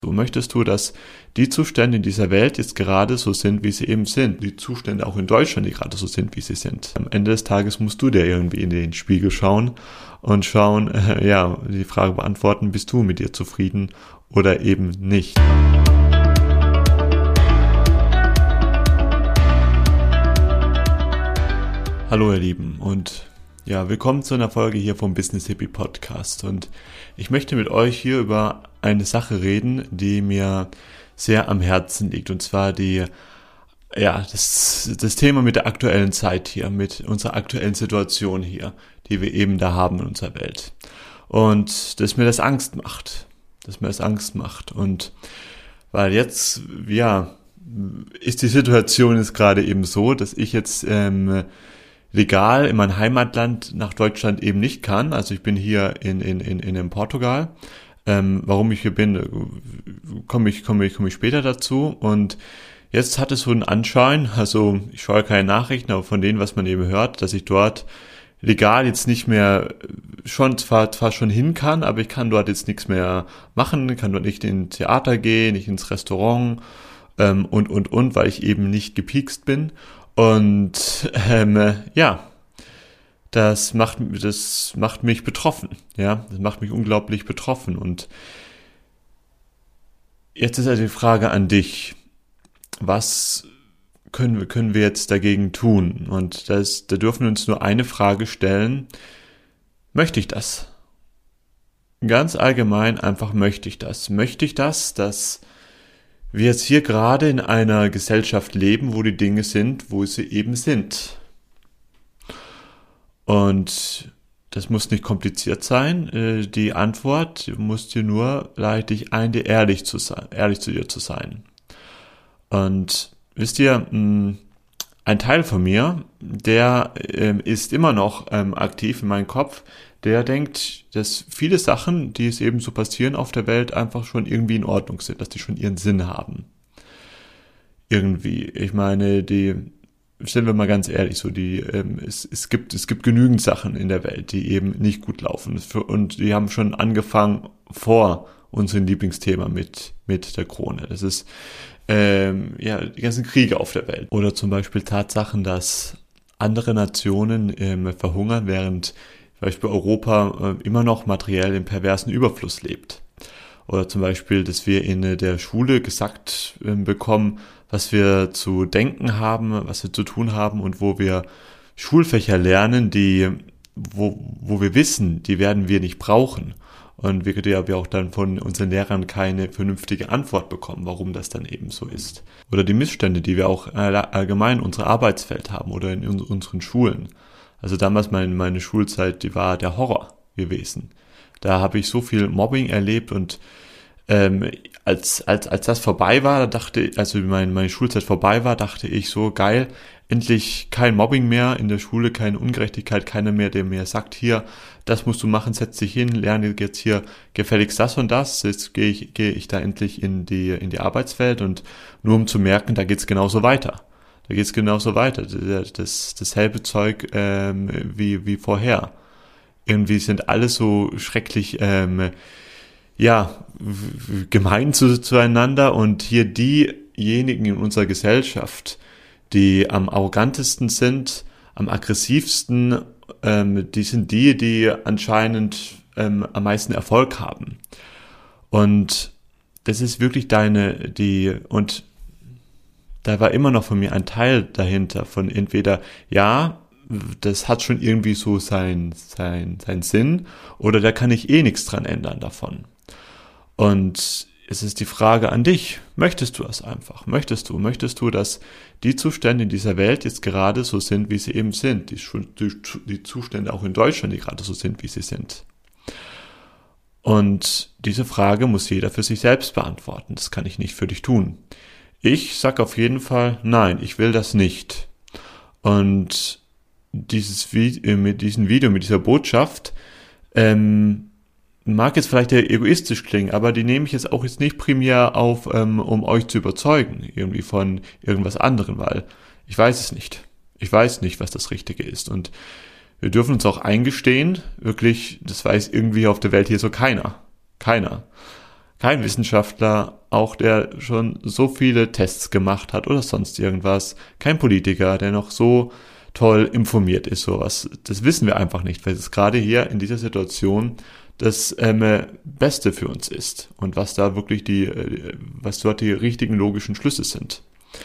So möchtest du, dass die Zustände in dieser Welt jetzt gerade so sind, wie sie eben sind. Die Zustände auch in Deutschland, die gerade so sind, wie sie sind. Am Ende des Tages musst du dir irgendwie in den Spiegel schauen und schauen, die Frage beantworten, bist du mit dir zufrieden oder eben nicht. Hallo ihr Lieben und willkommen zu einer Folge hier vom Business Hippie Podcast und ich möchte mit euch hier über eine Sache reden, die mir sehr am Herzen liegt und zwar das Thema mit der aktuellen Zeit hier, mit unserer aktuellen Situation hier, die wir eben da haben in unserer Welt und dass mir das Angst macht, und weil jetzt, ist die Situation jetzt gerade eben so, dass ich jetzt legal in mein Heimatland nach Deutschland eben nicht kann. Also ich bin hier in Portugal. Warum ich hier bin, komme ich später dazu. Und jetzt hat es so einen Anschein, also ich schaue keine Nachrichten, aber von denen, was man eben hört, dass ich dort legal jetzt nicht mehr zwar schon hin kann, aber ich kann dort jetzt nichts mehr machen, kann dort nicht ins Theater gehen, nicht ins Restaurant und, weil ich eben nicht gepiekst bin. Und das macht mich betroffen, das macht mich unglaublich betroffen. Und jetzt ist also die Frage an dich, was können wir jetzt dagegen tun? Und da dürfen wir uns nur eine Frage stellen, möchte ich das? Ganz allgemein einfach möchte ich das, dass wir jetzt hier gerade in einer Gesellschaft leben, wo die Dinge sind, wo sie eben sind. Und das muss nicht kompliziert sein. Die Antwort muss dir nur leiten ein, ehrlich zu dir zu sein. Und wisst ihr, ein Teil von mir, der ist immer noch aktiv in meinem Kopf, der denkt, dass viele Sachen, die es eben so passieren auf der Welt, einfach schon irgendwie in Ordnung sind, dass die schon ihren Sinn haben. Irgendwie. Ich meine, stellen wir mal ganz ehrlich, es gibt genügend Sachen in der Welt, die eben nicht gut laufen. Und die haben schon angefangen vor unserem Lieblingsthema mit der Krone. Das ist die ganzen Kriege auf der Welt. Oder zum Beispiel Tatsachen, dass andere Nationen verhungern, während zum Beispiel Europa immer noch materiell im perversen Überfluss lebt. Oder zum Beispiel, dass wir in der Schule gesagt bekommen, was wir zu denken haben, was wir zu tun haben und wo wir Schulfächer lernen, wo wir wissen, die werden wir nicht brauchen. Und wir auch dann von unseren Lehrern keine vernünftige Antwort bekommen, warum das dann eben so ist. Oder die Missstände, die wir auch allgemein in unserem Arbeitsfeld haben oder in unseren Schulen. Also damals meine Schulzeit, die war der Horror gewesen. Da habe ich so viel Mobbing erlebt und als das vorbei war, meine Schulzeit vorbei war, dachte ich so, geil, endlich kein Mobbing mehr in der Schule, keine Ungerechtigkeit, keiner mehr, der mir sagt, hier, das musst du machen, setz dich hin, lerne jetzt hier gefälligst das und das, jetzt gehe ich da endlich in die Arbeitswelt und nur um zu merken, da geht's genauso weiter. Dasselbe Zeug wie vorher. Irgendwie sind alle so schrecklich gemein zueinander und hier diejenigen in unserer Gesellschaft, die am arrogantesten sind, am aggressivsten, die sind die anscheinend am meisten Erfolg haben. Und das ist wirklich und da war immer noch von mir ein Teil dahinter, von entweder, das hat schon irgendwie so sein Sinn, oder da kann ich nichts dran ändern davon. Und es ist die Frage an dich, möchtest du das einfach? Möchtest du, dass die Zustände in dieser Welt jetzt gerade so sind, wie sie eben sind? Die Zustände auch in Deutschland, die gerade so sind, wie sie sind. Und diese Frage muss jeder für sich selbst beantworten. Das kann ich nicht für dich tun. Ich sag auf jeden Fall, nein, ich will das nicht. Und mit diesem Video, mit dieser Botschaft, mag jetzt vielleicht egoistisch klingen, aber die nehme ich jetzt auch nicht primär auf, um euch zu überzeugen, irgendwie von irgendwas anderem, weil ich weiß es nicht. Ich weiß nicht, was das Richtige ist. Und wir dürfen uns auch eingestehen, wirklich, das weiß irgendwie auf der Welt hier so keiner. Kein Wissenschaftler, auch der schon so viele Tests gemacht hat oder sonst irgendwas. Kein Politiker, der noch so toll informiert ist, sowas. Das wissen wir einfach nicht, weil es gerade hier in dieser Situation das Beste für uns ist und was da wirklich was dort die richtigen logischen Schlüsse sind.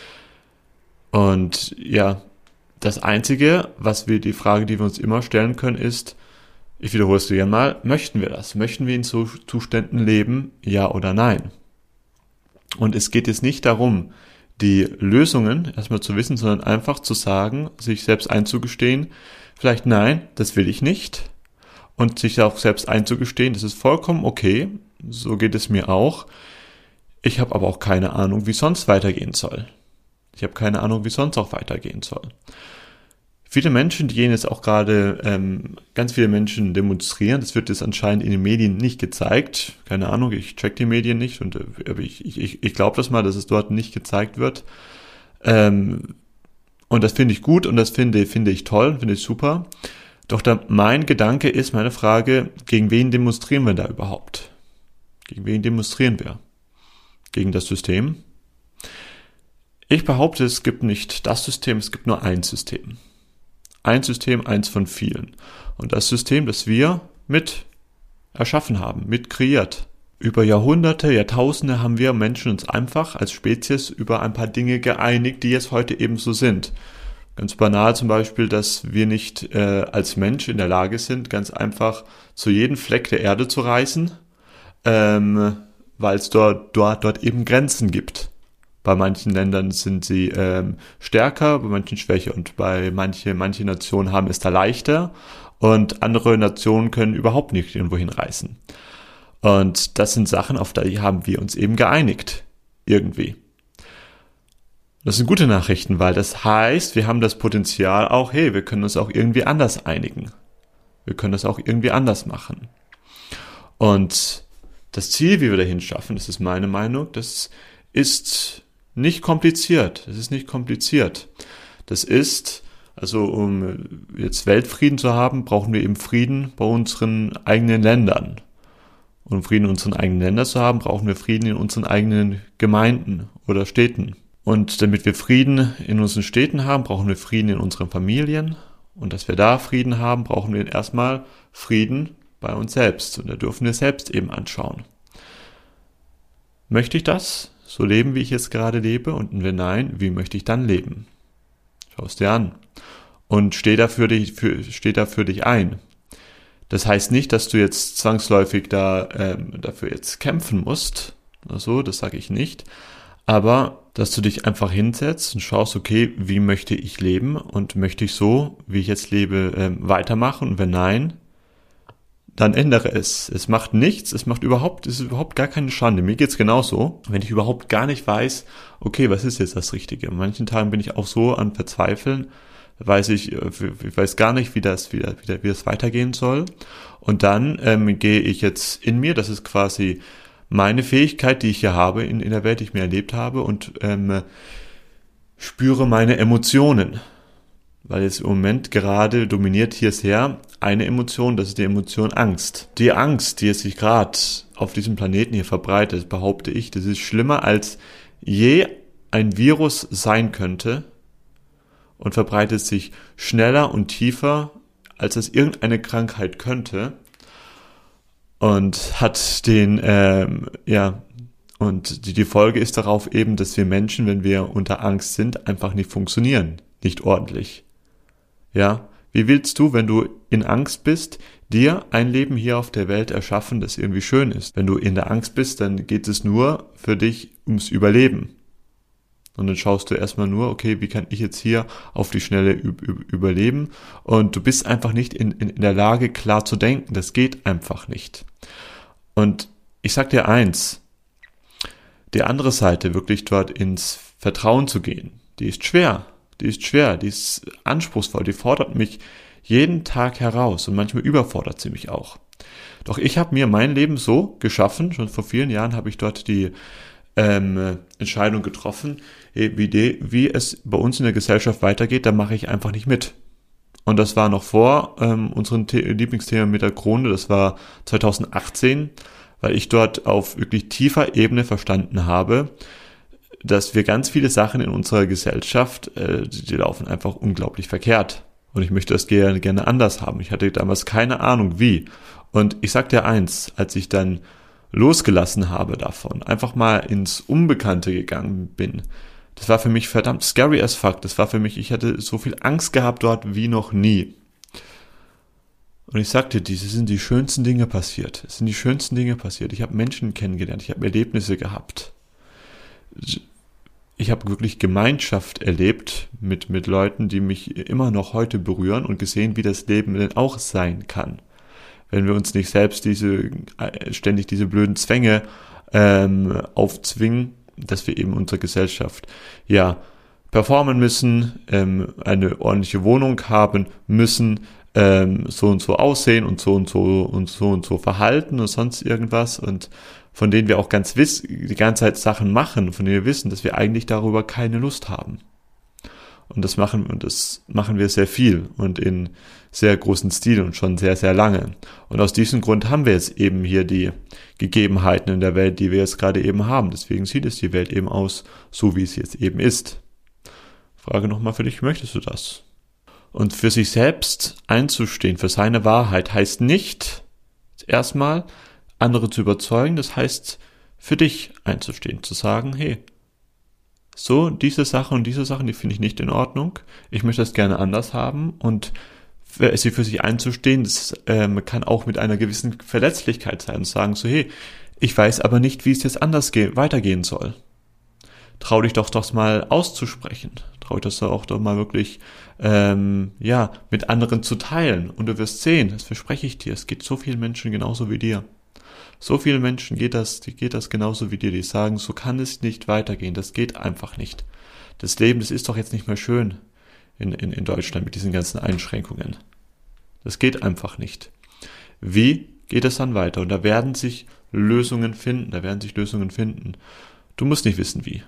Und ja, das Einzige, die Frage, die wir uns immer stellen können, ist, ich wiederhole es dir gerne mal, möchten wir das? Möchten wir in so Zuständen leben? Ja oder nein? Und es geht jetzt nicht darum, die Lösungen erstmal zu wissen, sondern einfach zu sagen, sich selbst einzugestehen, vielleicht nein, das will ich nicht. Und sich auch selbst einzugestehen, das ist vollkommen okay, so geht es mir auch. Ich habe aber auch keine Ahnung, wie sonst weitergehen soll. Ich habe keine Ahnung, wie sonst auch weitergehen soll. Viele Menschen, die gehen jetzt auch gerade, ganz viele Menschen demonstrieren, das wird jetzt anscheinend in den Medien nicht gezeigt. Keine Ahnung, ich check die Medien nicht und ich glaube das mal, dass es dort nicht gezeigt wird. Und das finde ich gut und das finde ich toll, finde ich super. Doch mein Gedanke ist, meine Frage, gegen wen demonstrieren wir da überhaupt? Gegen wen demonstrieren wir? Gegen das System? Ich behaupte, es gibt nicht das System, es gibt nur ein System. Ein System, eins von vielen. Und das System, das wir mit erschaffen haben, mit kreiert. Über Jahrhunderte, Jahrtausende haben wir Menschen uns einfach als Spezies über ein paar Dinge geeinigt, die jetzt heute ebenso sind. Ganz banal zum Beispiel, dass wir nicht als Mensch in der Lage sind, ganz einfach zu jedem Fleck der Erde zu reisen, weil es dort eben Grenzen gibt. Bei manchen Ländern sind sie stärker, bei manchen schwächer und manche Nationen haben es da leichter und andere Nationen können überhaupt nicht irgendwo hinreisen. Und das sind Sachen, auf die haben wir uns eben geeinigt. Irgendwie. Das sind gute Nachrichten, weil das heißt, wir haben das Potenzial auch, hey, wir können uns auch irgendwie anders einigen. Wir können das auch irgendwie anders machen. Und das Ziel, wie wir dahin schaffen, das ist meine Meinung, das ist nicht kompliziert. Das ist nicht kompliziert. Das ist, also um jetzt Weltfrieden zu haben, brauchen wir eben Frieden bei unseren eigenen Ländern. Und um Frieden in unseren eigenen Ländern zu haben, brauchen wir Frieden in unseren eigenen Gemeinden oder Städten. Und damit wir Frieden in unseren Städten haben, brauchen wir Frieden in unseren Familien. Und dass wir da Frieden haben, brauchen wir erstmal Frieden bei uns selbst. Und da dürfen wir selbst eben anschauen. Möchte ich das? So leben, wie ich jetzt gerade lebe? Und wenn nein, wie möchte ich dann leben? Schau es dir an. Und steh da für dich ein. Das heißt nicht, dass du jetzt zwangsläufig dafür jetzt kämpfen musst. Also, das sage ich nicht. Aber, dass du dich einfach hinsetzt und schaust, okay, wie möchte ich leben? Und möchte ich so, wie ich jetzt lebe, weitermachen? Und wenn nein, dann ändere es. Es macht nichts, es ist überhaupt gar keine Schande. Mir geht's genauso, wenn ich überhaupt gar nicht weiß, okay, was ist jetzt das Richtige? An manchen Tagen bin ich auch so an Verzweifeln, ich weiß gar nicht, wie das weitergehen soll. Und dann gehe ich jetzt in mir, das ist quasi meine Fähigkeit, die ich hier habe in der Welt, die ich mir erlebt habe und spüre meine Emotionen. Weil jetzt im Moment gerade dominiert hier sehr eine Emotion, das ist die Emotion Angst. Die Angst, die jetzt sich gerade auf diesem Planeten hier verbreitet, behaupte ich, das ist schlimmer als je ein Virus sein könnte und verbreitet sich schneller und tiefer, als es irgendeine Krankheit könnte und hat und die Folge ist darauf eben, dass wir Menschen, wenn wir unter Angst sind, einfach nicht funktionieren, nicht ordentlich. Ja, wie willst du, wenn du in Angst bist, dir ein Leben hier auf der Welt erschaffen, das irgendwie schön ist? Wenn du in der Angst bist, dann geht es nur für dich ums Überleben. Und dann schaust du erstmal nur, okay, wie kann ich jetzt hier auf die Schnelle überleben? Und du bist einfach nicht in der Lage, klar zu denken. Das geht einfach nicht. Und ich sag dir eins, die andere Seite, wirklich dort ins Vertrauen zu gehen, die ist schwer. Die ist anspruchsvoll, die fordert mich jeden Tag heraus und manchmal überfordert sie mich auch. Doch ich habe mir mein Leben so geschaffen, schon vor vielen Jahren habe ich dort die Entscheidung getroffen, wie es bei uns in der Gesellschaft weitergeht, da mache ich einfach nicht mit. Und das war noch vor unserem Lieblingsthema mit der Krone, das war 2018, weil ich dort auf wirklich tiefer Ebene verstanden habe, dass wir ganz viele Sachen in unserer Gesellschaft, die laufen einfach unglaublich verkehrt. Und ich möchte das gerne anders haben. Ich hatte damals keine Ahnung wie. Und ich sag dir eins, als ich dann losgelassen habe davon, einfach mal ins Unbekannte gegangen bin, das war für mich verdammt scary as fuck. Das war für mich, ich hatte so viel Angst gehabt dort wie noch nie. Und ich sagte, diese sind die schönsten Dinge passiert. Es sind die schönsten Dinge passiert. Ich habe Menschen kennengelernt, ich habe Erlebnisse gehabt. Ich habe wirklich Gemeinschaft erlebt mit Leuten, die mich immer noch heute berühren und gesehen, wie das Leben denn auch sein kann. Wenn wir uns nicht selbst ständig diese blöden Zwänge aufzwingen, dass wir eben unsere Gesellschaft performen müssen, eine ordentliche Wohnung haben müssen, so und so aussehen und so und so und so und so verhalten und sonst irgendwas, und von denen wir auch die ganze Zeit Sachen machen, von denen wir wissen, dass wir eigentlich darüber keine Lust haben. Und das machen wir sehr viel und in sehr großen Stil und schon sehr, sehr lange. Und aus diesem Grund haben wir jetzt eben hier die Gegebenheiten in der Welt, die wir jetzt gerade eben haben. Deswegen sieht es die Welt eben aus, so wie es jetzt eben ist. Frage nochmal für dich, möchtest du das? Und für sich selbst einzustehen, für seine Wahrheit, heißt nicht erstmal andere zu überzeugen, das heißt für dich einzustehen, zu sagen, hey, so, diese Sachen, die finde ich nicht in Ordnung, ich möchte das gerne anders haben, und sie für sich einzustehen, das kann auch mit einer gewissen Verletzlichkeit sein, und sagen so, hey, ich weiß aber nicht, wie es jetzt weitergehen soll. Trau dich doch mal auszusprechen. Trau dich das auch doch mal wirklich mit anderen zu teilen. Und du wirst sehen, das verspreche ich dir, es geht so vielen Menschen genauso wie dir. So vielen Menschen geht das genauso wie dir, die sagen, so kann es nicht weitergehen, das geht einfach nicht. Das Leben, das ist doch jetzt nicht mehr schön in Deutschland mit diesen ganzen Einschränkungen. Das geht einfach nicht. Wie geht es dann weiter? Und da werden sich Lösungen finden. Du musst nicht wissen wie.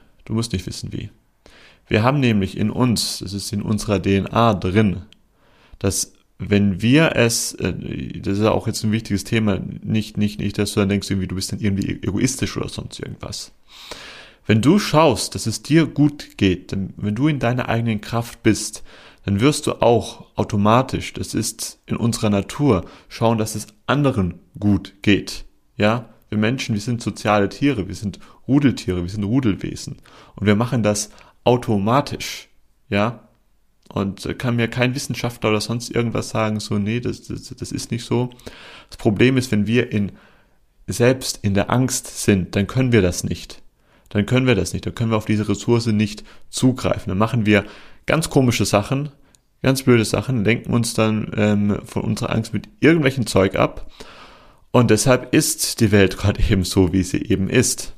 Wir haben nämlich in uns, das ist in unserer DNA drin, dass wenn wir das ist ja auch jetzt ein wichtiges Thema, nicht, dass du dann denkst, du bist dann irgendwie egoistisch oder sonst irgendwas. Wenn du schaust, dass es dir gut geht, wenn du in deiner eigenen Kraft bist, dann wirst du auch automatisch, das ist in unserer Natur, schauen, dass es anderen gut geht. Ja, wir Menschen, wir sind soziale Tiere, wir sind Rudeltiere, wir sind Rudelwesen. Und wir machen das automatisch. Ja, und kann mir kein Wissenschaftler oder sonst irgendwas sagen, so, nee, das ist nicht so. Das Problem ist, wenn wir selbst in der Angst sind, dann können wir das nicht. Dann können wir auf diese Ressource nicht zugreifen. Dann machen wir ganz komische Sachen, ganz blöde Sachen, lenken uns dann von unserer Angst mit irgendwelchen Zeug ab. Und deshalb ist die Welt gerade eben so, wie sie eben ist.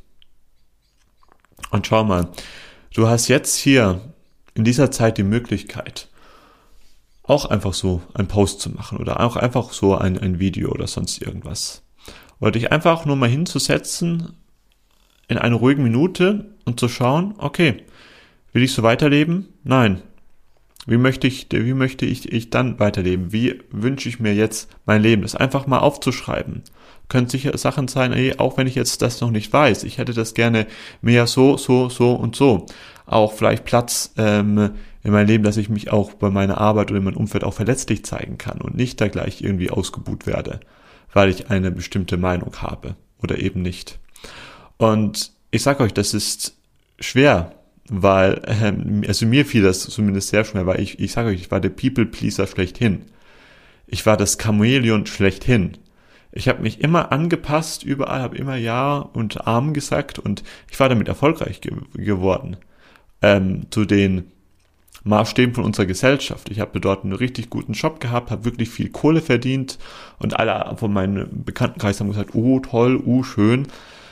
Und schau mal, du hast jetzt hier in dieser Zeit die Möglichkeit, auch einfach so einen Post zu machen oder auch einfach so ein Video oder sonst irgendwas. Oder dich einfach nur mal hinzusetzen in einer ruhigen Minute und zu schauen, okay, will ich so weiterleben? Nein. Wie möchte ich dann weiterleben? Wie wünsche ich mir jetzt mein Leben? Das einfach mal aufzuschreiben. Können sicher Sachen sein, auch wenn ich jetzt das noch nicht weiß. Ich hätte das gerne mehr so und so. Auch vielleicht Platz in meinem Leben, dass ich mich auch bei meiner Arbeit oder in meinem Umfeld auch verletzlich zeigen kann und nicht da gleich irgendwie ausgebuht werde, weil ich eine bestimmte Meinung habe oder eben nicht. Und ich sage euch, das ist schwer, weil, mir fiel das zumindest sehr schwer, weil ich sage euch, ich war der People-Pleaser schlechthin. Ich war das Chamäleon schlechthin. Ich habe mich immer angepasst, überall, habe immer Ja und Amen gesagt und ich war damit erfolgreich geworden. Zu den Maßstäben von unserer Gesellschaft. Ich habe dort einen richtig guten Job gehabt, habe wirklich viel Kohle verdient und alle von meinem Bekanntenkreis haben gesagt, oh toll, schön.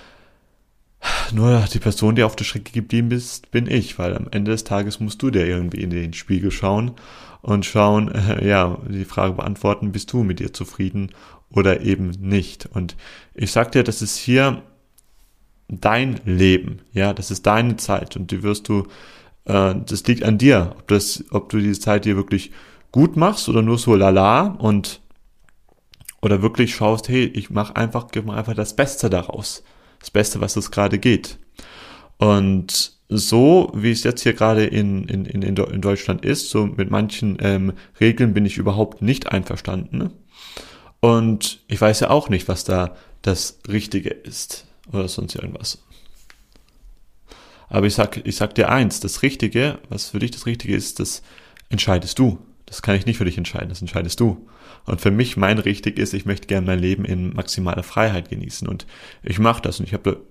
Nur die Person, die auf der Strecke geblieben ist, bin ich, weil am Ende des Tages musst du dir irgendwie in den Spiegel schauen und die Frage beantworten, bist du mit dir zufrieden oder eben nicht. Und ich sag dir, das ist hier dein Leben, ja, das ist deine Zeit und die wirst du, das liegt an dir, ob du diese Zeit dir wirklich gut machst oder nur so lala und Oder wirklich schaust, hey, gib mir einfach das Beste daraus. Das Beste, was es gerade geht. Und so, wie es jetzt hier gerade in Deutschland ist, so mit manchen Regeln bin ich überhaupt nicht einverstanden. Ne? Und ich weiß ja auch nicht, was da das Richtige ist oder sonst irgendwas. Aber ich sag dir eins, das Richtige, was für dich das Richtige ist, das entscheidest du. Das kann ich nicht für dich entscheiden, das entscheidest du. Und für mich mein Richtig ist, ich möchte gerne mein Leben in maximaler Freiheit genießen. Und ich mache das. Und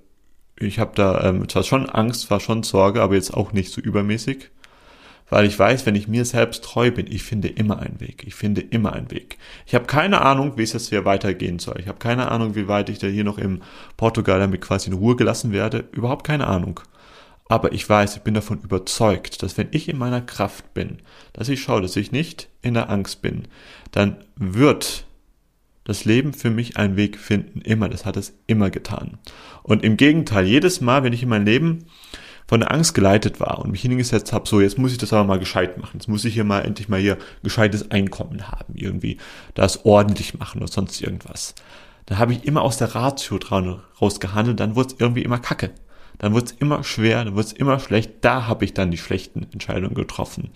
ich habe da zwar schon Angst, zwar schon Sorge, aber jetzt auch nicht so übermäßig. Weil ich weiß, wenn ich mir selbst treu bin, ich finde immer einen Weg. Ich finde immer einen Weg. Ich habe keine Ahnung, wie es jetzt hier weitergehen soll. Ich habe keine Ahnung, wie weit ich da hier noch im Portugal damit quasi in Ruhe gelassen werde. Überhaupt keine Ahnung. Aber ich weiß, ich bin davon überzeugt, dass wenn ich in meiner Kraft bin, dass ich schaue, dass ich nicht in der Angst bin, dann wird das Leben für mich einen Weg finden. Immer. Das hat es immer getan. Und im Gegenteil, jedes Mal, wenn ich in meinem Leben von der Angst geleitet war und mich hingesetzt habe, so jetzt muss ich das aber mal gescheit machen. Jetzt muss ich hier mal endlich mal hier gescheites Einkommen haben, irgendwie das ordentlich machen oder sonst irgendwas. Da habe ich immer aus der Ratio raus gehandelt, dann wurde es irgendwie immer kacke. Dann wurde es immer schwer, dann wurde es immer schlecht. Da habe ich dann die schlechten Entscheidungen getroffen.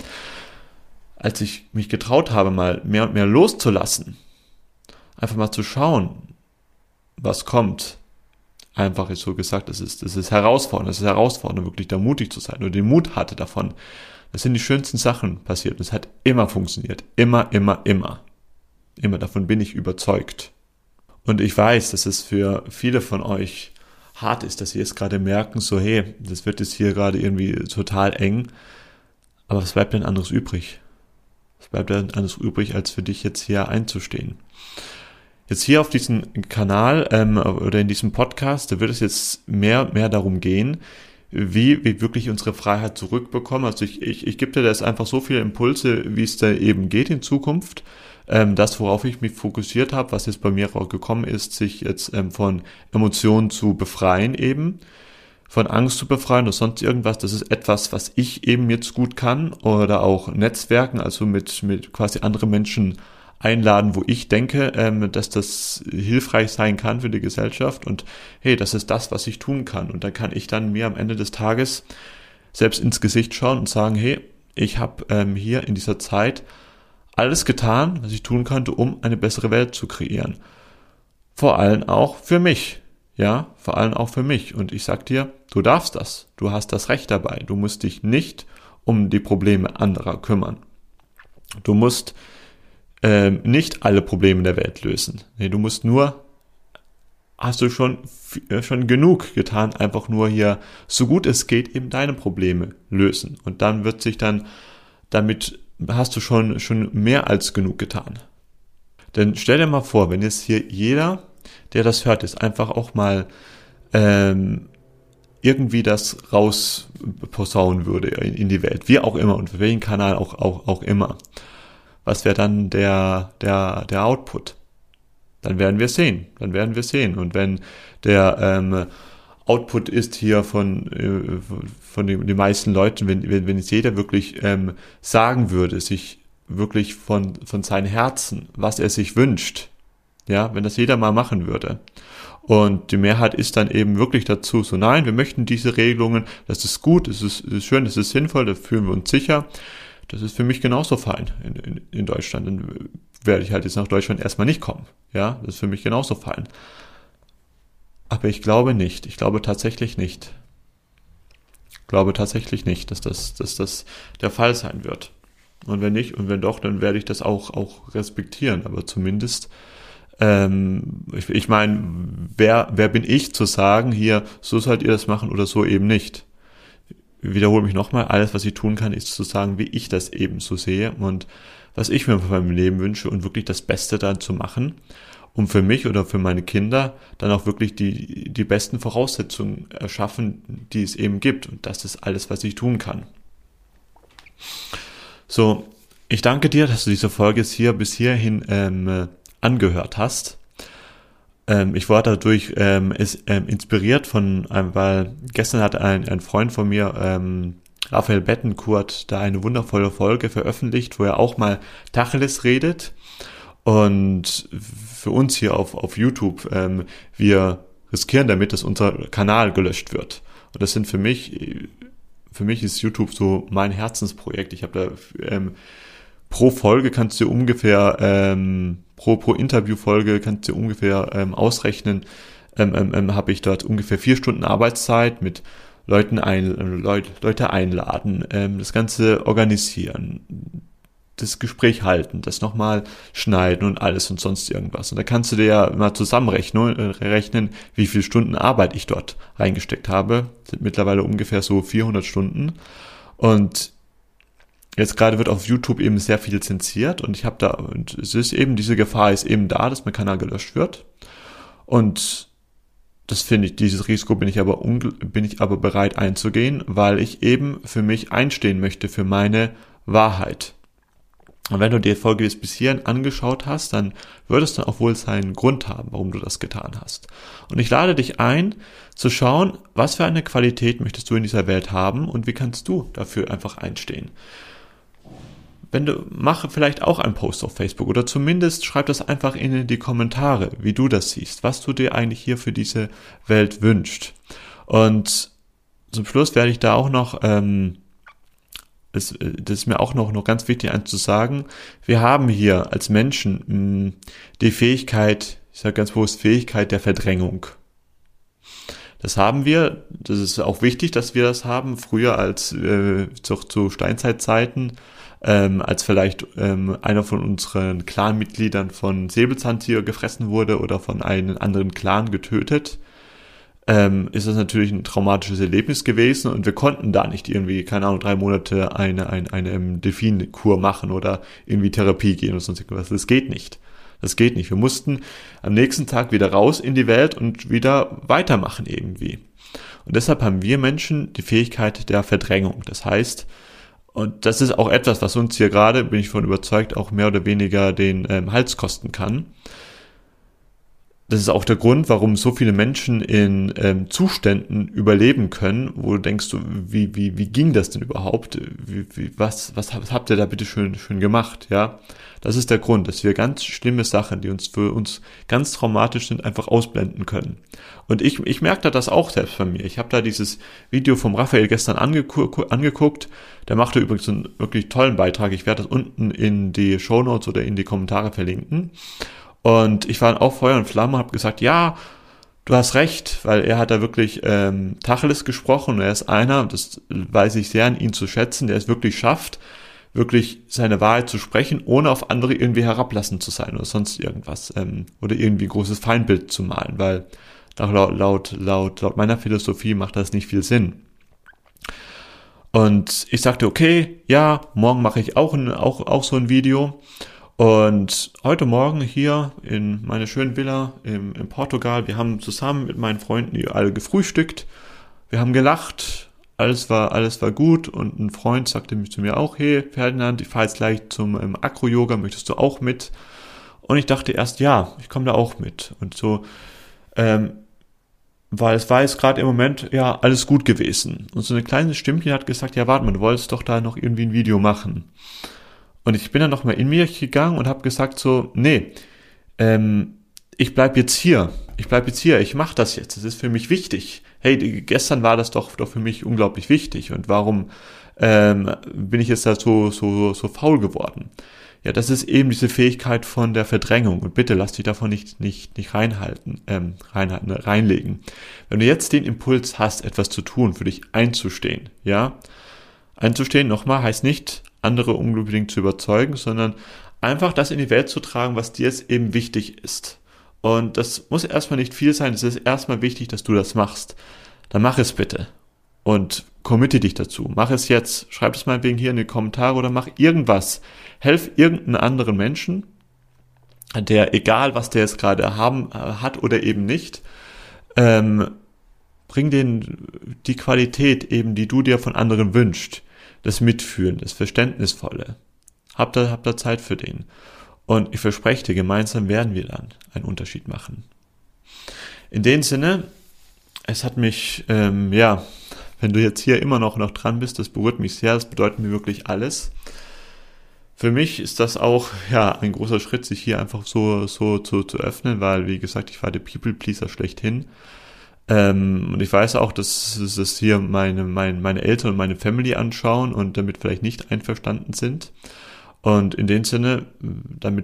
Als ich mich getraut habe, mal mehr und mehr loszulassen, einfach mal zu schauen, was kommt. Einfach ist so gesagt, das ist herausfordernd, wirklich da mutig zu sein oder den Mut hatte davon. Das sind die schönsten Sachen passiert und es hat immer funktioniert. Immer. Immer, davon bin ich überzeugt. Und ich weiß, dass es für viele von euch hart ist, dass sie jetzt gerade merken, so hey, das wird jetzt hier gerade irgendwie total eng, aber was bleibt denn anderes übrig? Was bleibt denn anderes übrig, als für dich jetzt hier einzustehen? Jetzt hier auf diesem Kanal oder in diesem Podcast, da wird es jetzt mehr darum gehen, wie wir wirklich unsere Freiheit zurückbekommen. Also ich gebe dir da jetzt einfach so viele Impulse, wie es da eben geht in Zukunft. Das, worauf ich mich fokussiert habe, was jetzt bei mir rausgekommen ist, sich jetzt von Emotionen zu befreien eben, von Angst zu befreien oder sonst irgendwas, das ist etwas, was ich eben jetzt gut kann oder auch Netzwerken, also mit quasi anderen Menschen einladen, wo ich denke, dass das hilfreich sein kann für die Gesellschaft und hey, das ist das, was ich tun kann und da kann ich dann mir am Ende des Tages selbst ins Gesicht schauen und sagen, hey, ich habe hier in dieser Zeit alles getan, was ich tun konnte, um eine bessere Welt zu kreieren. Vor allem auch für mich. Ja, vor allem auch für mich. Und ich sag dir, du darfst das. Du hast das Recht dabei. Du musst dich nicht um die Probleme anderer kümmern. Du musst nicht alle Probleme der Welt lösen. Nee, du musst nur, hast du schon genug getan, einfach nur hier, so gut es geht, eben deine Probleme lösen. Und dann wird sich dann damit hast du schon mehr als genug getan. Denn stell dir mal vor, wenn jetzt hier jeder, der das hört, jetzt einfach auch mal irgendwie das rausposaunen würde in die Welt, wie auch immer und für welchen Kanal auch immer. Was wäre dann der Output? Dann werden wir sehen. Und wenn der Output ist hier von den meisten Leuten, wenn es jeder wirklich sagen würde, sich wirklich von seinem Herzen, was er sich wünscht, ja, wenn das jeder mal machen würde. Und die Mehrheit ist dann eben wirklich dazu, so nein, wir möchten diese Regelungen, das ist gut, das ist schön, das ist sinnvoll, da fühlen wir uns sicher. Das ist für mich genauso fein in Deutschland. Dann werde ich halt jetzt nach Deutschland erstmal nicht kommen. Ja, das ist für mich genauso fein. Aber ich glaube nicht. Ich glaube tatsächlich nicht. Ich glaube tatsächlich nicht, dass das der Fall sein wird. Und wenn nicht, und wenn doch, dann werde ich das auch respektieren. Aber zumindest, ich meine, wer bin ich zu sagen, hier, so sollt ihr das machen oder so eben nicht. Ich wiederhole mich nochmal, alles, was ich tun kann, ist zu sagen, wie ich das eben so sehe und was ich mir von meinem Leben wünsche und wirklich das Beste dann zu machen, um für mich oder für meine Kinder dann auch wirklich die besten Voraussetzungen erschaffen, die es eben gibt. Und das ist alles, was ich tun kann. So, ich danke dir, dass du diese Folge jetzt bis hierhin angehört hast. Ich war dadurch inspiriert weil gestern hat ein Freund von mir, Raphael Bettencourt, da eine wundervolle Folge veröffentlicht, wo er auch mal Tacheles redet. Und für uns hier auf YouTube, wir riskieren damit, dass unser Kanal gelöscht wird. Und das sind für mich ist YouTube so mein Herzensprojekt. Ich habe da pro Folge kannst du ungefähr, pro Interviewfolge kannst du ungefähr ausrechnen, habe ich dort ungefähr 4 Stunden Arbeitszeit mit Leute einladen, das Ganze organisieren, das Gespräch halten, das nochmal schneiden und alles und sonst irgendwas. Und da kannst du dir ja mal zusammenrechnen, wie viele Stunden Arbeit ich dort reingesteckt habe. Das sind mittlerweile ungefähr so 400 Stunden. Und jetzt gerade wird auf YouTube eben sehr viel zensiert und und es ist eben, diese Gefahr ist eben da, dass mein Kanal gelöscht wird. Und das finde ich, dieses Risiko bin ich aber bereit einzugehen, weil ich eben für mich einstehen möchte, für meine Wahrheit. Und wenn du dir die Folge bis hierhin angeschaut hast, dann wird es dann auch wohl seinen Grund haben, warum du das getan hast. Und ich lade dich ein, zu schauen, was für eine Qualität möchtest du in dieser Welt haben und wie kannst du dafür einfach einstehen. Mache vielleicht auch einen Post auf Facebook oder zumindest schreib das einfach in die Kommentare, wie du das siehst, was du dir eigentlich hier für diese Welt wünschst. Und zum Schluss werde ich da auch noch das ist mir auch noch ganz wichtig, eins zu sagen. Wir haben hier als Menschen die Fähigkeit, ich sage ganz bewusst, Fähigkeit der Verdrängung. Das haben wir, das ist auch wichtig, dass wir das haben. Früher als zu Steinzeitzeiten, als vielleicht einer von unseren Clanmitgliedern von Säbelzahntiger gefressen wurde oder von einem anderen Clan getötet, ist das natürlich ein traumatisches Erlebnis gewesen und wir konnten da nicht irgendwie, keine Ahnung, 3 Monate eine Delfinkur machen oder irgendwie Therapie gehen oder sonst irgendwas. Das geht nicht. Das geht nicht. Wir mussten am nächsten Tag wieder raus in die Welt und wieder weitermachen irgendwie. Und deshalb haben wir Menschen die Fähigkeit der Verdrängung. Das heißt, und das ist auch etwas, was uns hier gerade, bin ich davon überzeugt, auch mehr oder weniger den Hals kosten kann. Das ist auch der Grund, warum so viele Menschen in Zuständen überleben können, wo du denkst, wie ging das denn überhaupt? Was habt ihr da bitte schön gemacht? Ja, das ist der Grund, dass wir ganz schlimme Sachen, die für uns ganz traumatisch sind, einfach ausblenden können. Und ich merke das auch selbst bei mir. Ich habe da dieses Video vom Raphael gestern angeguckt. Der machte übrigens einen wirklich tollen Beitrag. Ich werde das unten in die Shownotes oder in die Kommentare verlinken. Und ich war auch Feuer und Flamme und habe gesagt, ja, du hast recht, weil er hat da wirklich Tacheles gesprochen und er ist einer, das weiß ich sehr an ihn zu schätzen, der es wirklich schafft, wirklich seine Wahrheit zu sprechen, ohne auf andere irgendwie herablassend zu sein oder sonst irgendwas oder irgendwie ein großes Feindbild zu malen, weil laut meiner Philosophie macht das nicht viel Sinn. Und ich sagte, okay, ja, morgen mache ich auch so ein Video. Und heute Morgen hier in meiner schönen Villa in Portugal, wir haben zusammen mit meinen Freunden alle gefrühstückt, wir haben gelacht, alles war gut und ein Freund sagte zu mir auch, hey Ferdinand, ich fahre jetzt gleich zum Acro-Yoga, möchtest du auch mit? Und ich dachte erst, ja, ich komme da auch mit. Und so, weil es war jetzt gerade im Moment, ja, alles gut gewesen. Und so eine kleine Stimmchen hat gesagt, ja, warte mal, du wolltest doch da noch irgendwie ein Video machen. Und ich bin dann nochmal in mich gegangen und habe gesagt so, nee, ich bleib jetzt hier, ich mache das jetzt, das ist für mich wichtig. Hey, gestern war das doch für mich unglaublich wichtig und warum bin ich jetzt da so faul geworden? Ja, das ist eben diese Fähigkeit von der Verdrängung und bitte lass dich davon nicht reinlegen. Wenn du jetzt den Impuls hast, etwas zu tun, für dich einzustehen, ja, einzustehen, nochmal, heißt nicht, andere unbedingt zu überzeugen, sondern einfach das in die Welt zu tragen, was dir jetzt eben wichtig ist. Und das muss erstmal nicht viel sein, es ist erstmal wichtig, dass du das machst. Dann mach es bitte. Und committe dich dazu. Mach es jetzt. Schreib es meinetwegen hier in die Kommentare oder mach irgendwas. Helf irgendeinen anderen Menschen, der, egal was der jetzt gerade hat oder eben nicht, bring denen die Qualität eben, die du dir von anderen wünschst. Das Mitfühlen, das Verständnisvolle. Hab da Zeit für den. Und ich verspreche dir, gemeinsam werden wir dann einen Unterschied machen. In dem Sinne, es hat mich, wenn du jetzt hier immer noch dran bist, das berührt mich sehr, das bedeutet mir wirklich alles. für mich ist das auch ja ein großer Schritt, sich hier einfach so zu öffnen, weil, wie gesagt, ich war der People-Pleaser schlechthin. Und ich weiß auch, dass es hier meine Eltern und meine Family anschauen und damit vielleicht nicht einverstanden sind. Und in dem Sinne, damit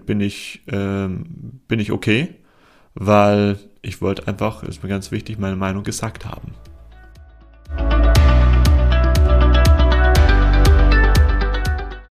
bin ich okay, weil ich wollte einfach, ist mir ganz wichtig, meine Meinung gesagt haben.